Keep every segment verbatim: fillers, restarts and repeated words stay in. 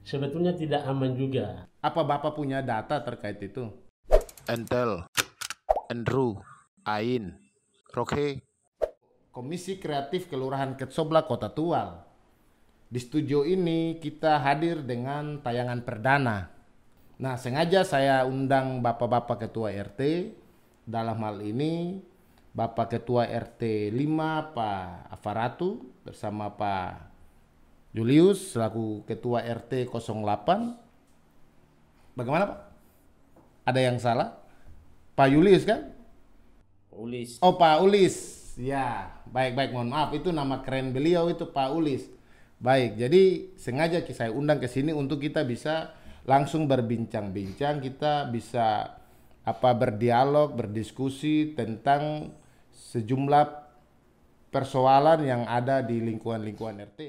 sebetulnya tidak aman juga. Apa Bapak punya data terkait itu? Entel, Andrew, Ain, Roke. Komisi Kreatif Kelurahan Ketsobla Kota Tual. Di studio ini kita hadir dengan tayangan perdana. Nah, sengaja saya undang Bapak-Bapak Ketua R T. Dalam hal ini Bapak Ketua R T lima Pak Afaratu bersama Pak Julius selaku Ketua R T nol delapan. Bagaimana Pak? Ada yang salah? Pak Julius kan? Ulis. Oh, Pak Ulis. Ya, baik-baik, mohon maaf, itu nama keren beliau itu Pak Ulis. Baik, jadi sengaja saya undang ke sini untuk kita bisa langsung berbincang-bincang, kita bisa apa berdialog, berdiskusi tentang sejumlah persoalan yang ada di lingkungan-lingkungan R T.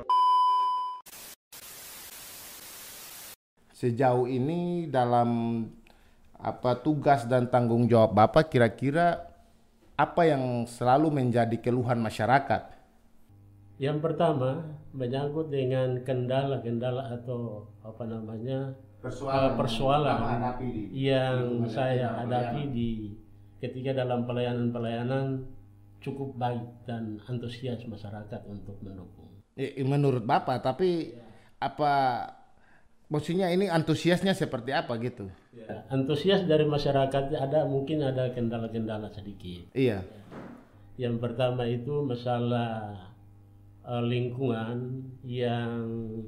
Sejauh ini dalam apa tugas dan tanggung jawab Bapak, kira-kira apa yang selalu menjadi keluhan masyarakat? Yang pertama menyangkut dengan kendala-kendala atau apa namanya Persoalan, uh, persoalan di, yang di saya hadapi di ketika dalam pelayanan-pelayanan cukup baik dan antusias masyarakat untuk mendukung. Eh, menurut Bapak, tapi ya. Apa maksudnya ini antusiasnya seperti apa gitu? Ya, antusias dari masyarakat ada, mungkin ada kendala-kendala sedikit. Iya. Yang pertama itu masalah uh, lingkungan yang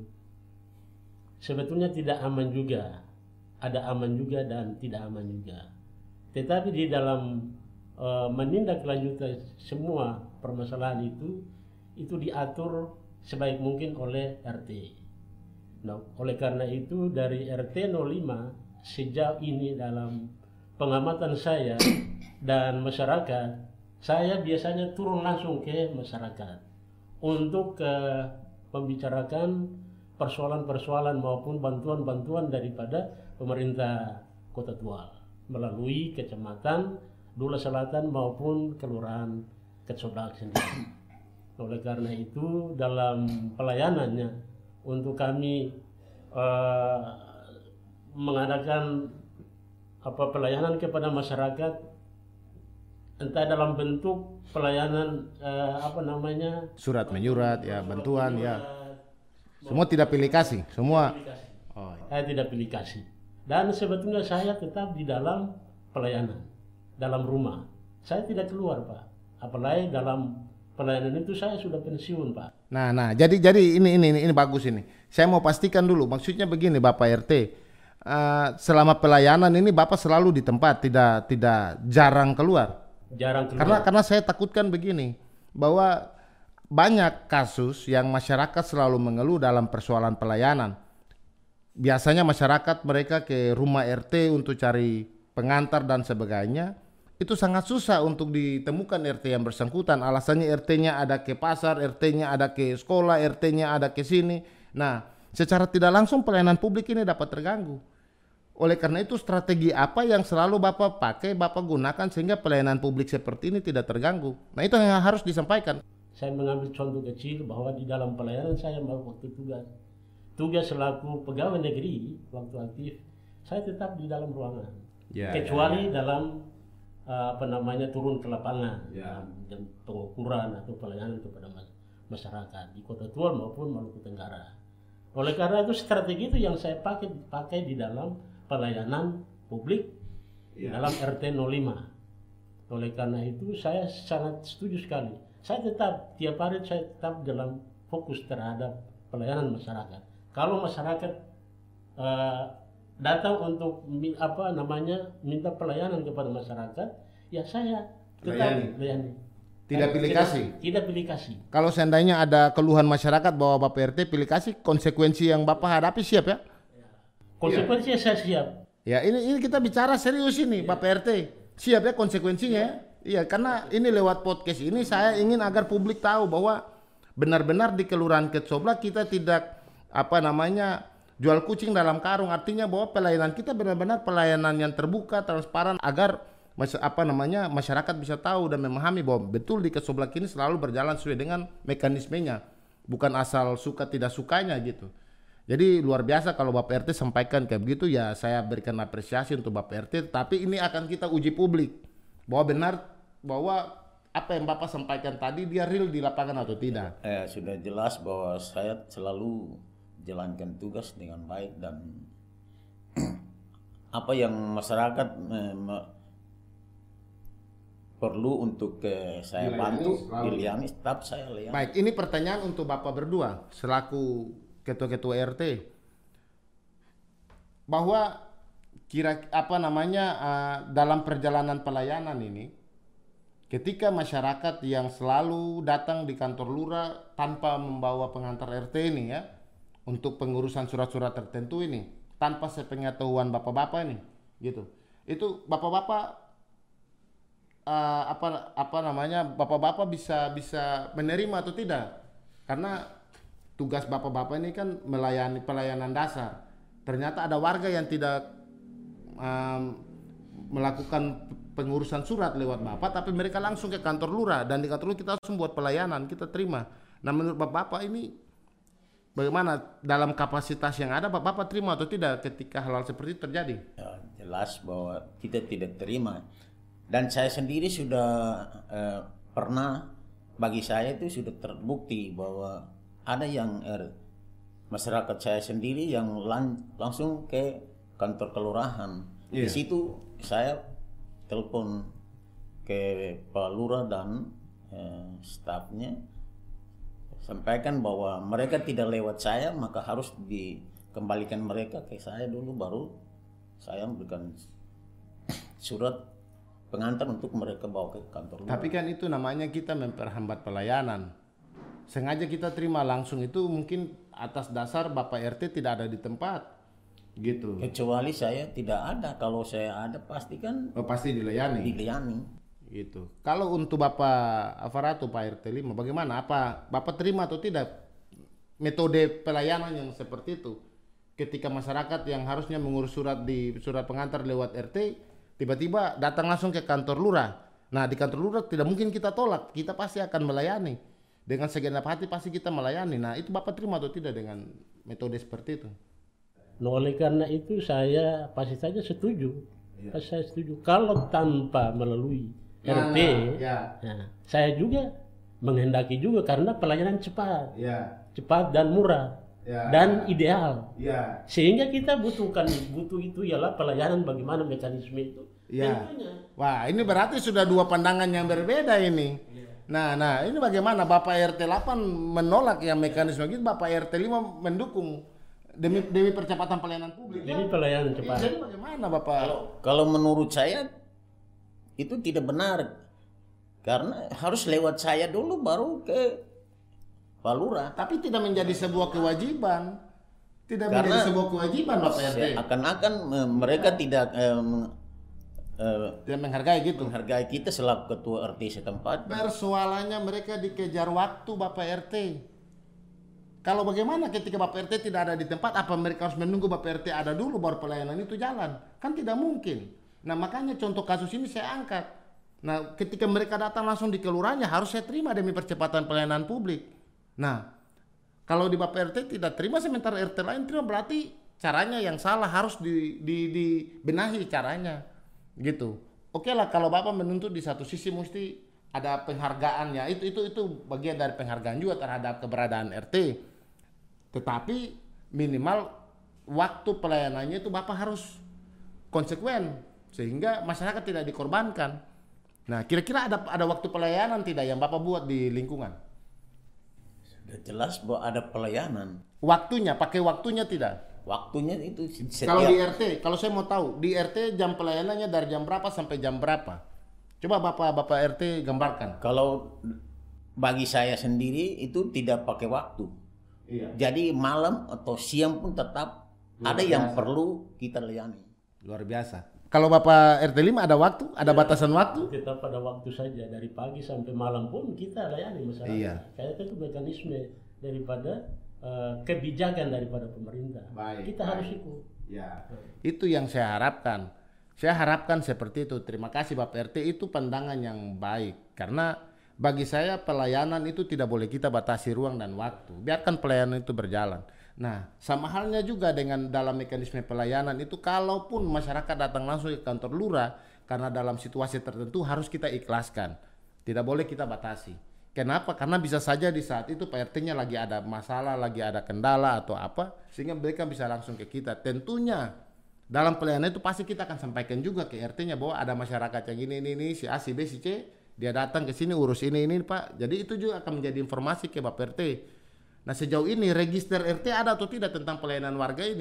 sebetulnya tidak aman juga. Ada aman juga dan tidak aman juga. Tetapi di dalam uh, menindaklanjuti semua permasalahan itu, itu diatur sebaik mungkin oleh R T. Nah, oleh karena itu dari R T nol lima sejauh ini dalam pengamatan saya dan masyarakat, saya biasanya turun langsung ke masyarakat untuk uh, membicarakan persoalan-persoalan maupun bantuan-bantuan daripada pemerintah Kota Tual melalui kecamatan Dula Selatan maupun kelurahan Ketsobla sendiri. Oleh karena itu dalam pelayanannya untuk kami uh, mengadakan apa pelayanan kepada masyarakat, entah dalam bentuk pelayanan uh, apa namanya surat menyurat ya, surat bantuan menyurat, ya, semua tidak pilih kasih, semua. Pilih kasih. Oh, ya. Saya tidak pilih kasih. Dan sebetulnya saya tetap di dalam pelayanan, dalam rumah. Saya tidak keluar Pak. Apalagi dalam pelayanan itu saya sudah pensiun Pak. Nah, nah, jadi jadi ini ini ini, ini bagus ini. Saya mau pastikan dulu, maksudnya begini Bapak R T. Uh, selama pelayanan ini Bapak selalu di tempat, tidak tidak jarang keluar. Jarang keluar. Karena karena saya takutkan begini, bahwa banyak kasus yang masyarakat selalu mengeluh dalam persoalan pelayanan. Biasanya masyarakat mereka ke rumah R T untuk cari pengantar dan sebagainya. Itu sangat susah untuk ditemukan R T yang bersangkutan. Alasannya R T-nya ada ke pasar, R T-nya ada ke sekolah, R T-nya ada ke sini. Nah, secara tidak langsung pelayanan publik ini dapat terganggu. Oleh karena itu strategi apa yang selalu Bapak pakai, Bapak gunakan sehingga pelayanan publik seperti ini tidak terganggu. Nah, itu yang harus disampaikan. Saya mengambil contoh kecil bahwa di dalam pelayanan saya waktu tugas tugas selaku pegawai negeri waktu aktif, saya tetap di dalam ruangan. Ya, kecuali ya, ya. dalam uh, apa namanya turun ke lapangan ya. dan pengukuran atau pelayanan kepada masyarakat di Kota Tual maupun Maluku Tenggara. Oleh karena itu strategi itu yang saya pakai pakai di dalam pelayanan publik ya. dalam R T nol lima. Oleh karena itu saya sangat setuju sekali. Saya tetap tiap hari saya tetap dalam fokus terhadap pelayanan masyarakat. Kalau masyarakat uh, datang untuk apa namanya minta pelayanan kepada masyarakat, ya saya tetap layani. Tidak pilih kasih. Tidak pilih kasih. Kalau seandainya ada keluhan masyarakat bahwa Bapak R T pilih kasih, konsekuensi yang Bapak hadapi siap ya? Konsekuensinya ya. saya siap. Ya ini ini kita bicara serius ini ya. Bapak R T siap ya konsekuensinya ya. Iya karena ini lewat podcast ini saya ingin agar publik tahu bahwa benar-benar di Kelurahan Ketsobla kita tidak apa namanya jual kucing dalam karung. Artinya bahwa pelayanan kita benar-benar pelayanan yang terbuka, transparan agar apa namanya masyarakat bisa tahu dan memahami bahwa betul di Ketsobla ini selalu berjalan sesuai dengan mekanismenya, bukan asal suka tidak sukanya gitu. Jadi luar biasa kalau Bapak R T sampaikan kayak begitu, ya saya berikan apresiasi untuk Bapak R T. Tapi ini akan kita uji publik bahwa benar bahwa apa yang Bapak sampaikan tadi dia real di lapangan atau tidak. Eh, sudah jelas bahwa saya selalu jalankan tugas dengan baik dan apa yang masyarakat eh, me- perlu untuk eh, saya Dilayani bantu, selalu. dilayani, tetap saya layani. Baik, ini pertanyaan untuk Bapak berdua selaku ketua-ketua R T, bahwa kira apa namanya uh, dalam perjalanan pelayanan ini, ketika masyarakat yang selalu datang di kantor lurah tanpa membawa pengantar R T ini ya, untuk pengurusan surat-surat tertentu ini, tanpa sepengetahuan bapak-bapak ini, gitu, itu bapak-bapak uh, apa apa namanya bapak-bapak bisa bisa menerima atau tidak? Karena tugas bapak-bapak ini kan melayani pelayanan dasar. Ternyata ada warga yang tidak um, melakukan pengurusan surat lewat bapak, tapi mereka langsung ke kantor lurah, dan di kantor lurah kita langsung buat pelayanan, kita terima. Nah menurut bapak-bapak ini bagaimana dalam kapasitas yang ada, bapak-bapak terima atau tidak ketika hal-hal seperti itu terjadi? Ya, jelas bahwa kita tidak terima. Dan saya sendiri sudah eh, pernah, bagi saya itu sudah terbukti bahwa ada yang er, masyarakat saya sendiri yang lang, langsung ke kantor kelurahan. Yeah. Di situ saya telepon ke Pak Lurah dan eh, stafnya, sampaikan bahwa mereka tidak lewat saya, maka harus dikembalikan mereka ke saya dulu, baru saya memberikan surat pengantar untuk mereka bawa ke kantor lurah. Tapi kan itu namanya kita memperhambat pelayanan. Sengaja kita terima langsung itu mungkin atas dasar Bapak R T tidak ada di tempat, gitu. Kecuali saya tidak ada. Kalau saya ada pasti kan Oh, pasti dilayani. dilayani. Gitu. Kalau untuk Bapak Afarato Pak R T lima bagaimana? Apa Bapak terima atau tidak metode pelayanan yang seperti itu? Ketika masyarakat yang harusnya mengurus surat di surat pengantar lewat R T tiba-tiba datang langsung ke kantor lurah. Nah, di kantor lurah tidak mungkin kita tolak, kita pasti akan melayani. Dengan segenap hati pasti kita melayani. Nah, itu Bapak terima atau tidak dengan metode seperti itu? Nah, oleh karena itu saya pasti saja setuju. Ya. Pasti saya setuju. Kalau tanpa melalui R T, Nah, ya. nah, saya juga menghendaki juga karena pelayanan cepat, Ya. cepat dan murah, Ya. dan ideal. Ya. Sehingga kita butuhkan butuh itu ialah pelayanan bagaimana mekanisme itu. Ya. Tentunya. Wah, ini berarti sudah dua pandangan yang berbeda ini. Ya. Nah, nah ini bagaimana Bapak R T delapan menolak yang mekanisme gitu, Bapak R T lima mendukung demi demi percepatan pelayanan publik. Ini pelayanan cepat. Jadi bagaimana Bapak? Kalau kalau menurut saya itu tidak benar. Karena harus lewat saya dulu baru ke Pak Lurah. Tapi tidak menjadi sebuah kewajiban. Tidak Karena menjadi sebuah kewajiban Bapak R T. Akan-akan eh, mereka tidak eh, meng- eh, Tidak menghargai gitu. menghargai kita selaku ketua R T setempat. Persoalannya mereka dikejar waktu Bapak R T. Kalau bagaimana ketika Bapak R T tidak ada di tempat, apa mereka harus menunggu Bapak R T ada dulu baru pelayanan itu jalan? Kan tidak mungkin. Nah makanya contoh kasus ini saya angkat. Nah ketika mereka datang langsung di kelurahannya harus saya terima demi percepatan pelayanan publik. Nah kalau di Bapak R T tidak terima, sementara R T lain terima, berarti caranya yang salah, harus di, di, dibenahi caranya. Gitu. Oke lah kalau Bapak menuntut di satu sisi mesti ada penghargaannya, itu itu itu bagian dari penghargaan juga terhadap keberadaan R T. Tetapi minimal waktu pelayanannya itu Bapak harus konsekuen sehingga masyarakat tidak dikorbankan. Nah, kira-kira ada ada waktu pelayanan tidak yang Bapak buat di lingkungan? Sudah jelas bahwa ada pelayanan. Waktunya, pakai waktunya tidak? Waktunya itu setiap. Kalau di R T, kalau saya mau tahu, di R T jam pelayanannya dari jam berapa sampai jam berapa? Coba Bapak Bapak R T gambarkan. Kalau bagi saya sendiri itu tidak pakai waktu. Iya. Jadi malam atau siang pun tetap Luar ada yang biasa. perlu kita layani. Luar biasa. Kalau Bapak R T lima ada waktu? Ada batasan waktu? Tetap pada waktu saja, dari pagi sampai malam pun kita layani masyarakat. Iya. Kayak itu mekanisme daripada uh, kebijakan daripada pemerintah. Baik, kita baik. harus ikut. Ya. Itu yang saya harapkan. Saya harapkan seperti itu. Terima kasih Bapak R T, itu pandangan yang baik. Karena bagi saya pelayanan itu tidak boleh kita batasi ruang dan waktu. Biarkan pelayanan itu berjalan. Nah, sama halnya juga dengan dalam mekanisme pelayanan itu, kalaupun masyarakat datang langsung ke kantor lurah, karena dalam situasi tertentu harus kita ikhlaskan. Tidak boleh kita batasi. Kenapa? Karena bisa saja di saat itu P R T-nya lagi ada masalah, lagi ada kendala atau apa, sehingga mereka bisa langsung ke kita. Tentunya dalam pelayanan itu pasti kita akan sampaikan juga ke R T-nya bahwa ada masyarakat yang ini, ini, ini, si A, si B, si C, dia datang ke sini urus ini, ini Pak. Jadi itu juga akan menjadi informasi ke Bapak R T. Nah, sejauh ini register R T ada atau tidak tentang pelayanan warga ini?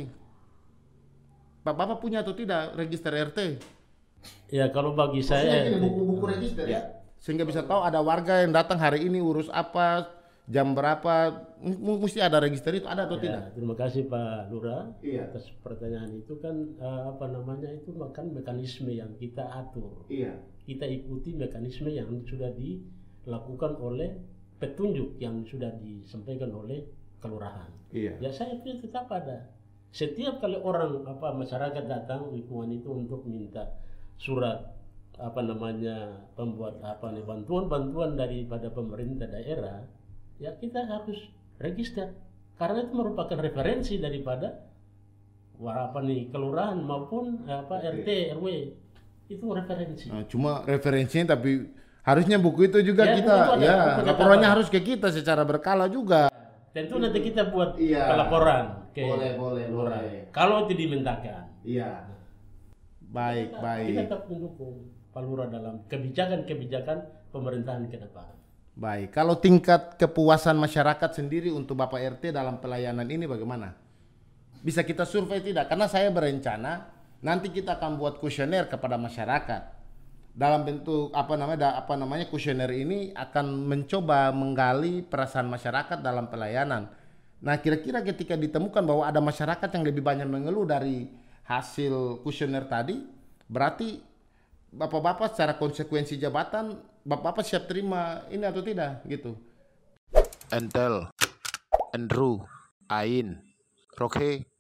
Pak Bapak punya atau tidak register R T? Ya kalau bagi saya buku-buku register ya, sehingga bisa tahu ada warga yang datang hari ini urus apa, jam berapa, M mesti ada register itu, ada atau ya, tidak? Terima kasih Pak Lurah Iya. atas pertanyaan itu. Kan uh, apa namanya itu kan mekanisme yang kita atur. Iya. Kita ikuti mekanisme yang sudah dilakukan oleh petunjuk yang sudah disampaikan oleh kelurahan. Iya. Ya saya itu tetap ada. Setiap kali orang apa masyarakat datang lingkungan itu untuk minta surat apa namanya pembuat apa nih bantuan-bantuan daripada pemerintah daerah, ya kita harus register karena itu merupakan referensi daripada wah, apa nih kelurahan maupun apa R T R W itu referensi. Nah, cuma referensinya tapi harusnya buku itu juga Ya, kita itu ada, ya itu ada laporannya kabar. harus ke kita secara berkala juga. Tentu nanti kita buat Iya. laporan ke Boleh, boleh, kelurahan. boleh. Kalau itu dimintakan. Iya. Baik, Kita baik. tetap mendukung Pak Lurah dalam kebijakan-kebijakan pemerintahan ke depan. Baik. Kalau tingkat kepuasan masyarakat sendiri untuk Bapak R T dalam pelayanan ini bagaimana? Bisa kita survei tidak? Karena saya berencana nanti kita akan buat kuesioner kepada masyarakat. Dalam bentuk apa namanya apa namanya kuesioner ini akan mencoba menggali perasaan masyarakat dalam pelayanan. Nah, kira-kira ketika ditemukan bahwa ada masyarakat yang lebih banyak mengeluh dari hasil kuesioner tadi, berarti Bapak-bapak secara konsekuensi jabatan, Bapak-bapak siap terima ini atau tidak gitu. Entel, Andrew, Ain, Roke,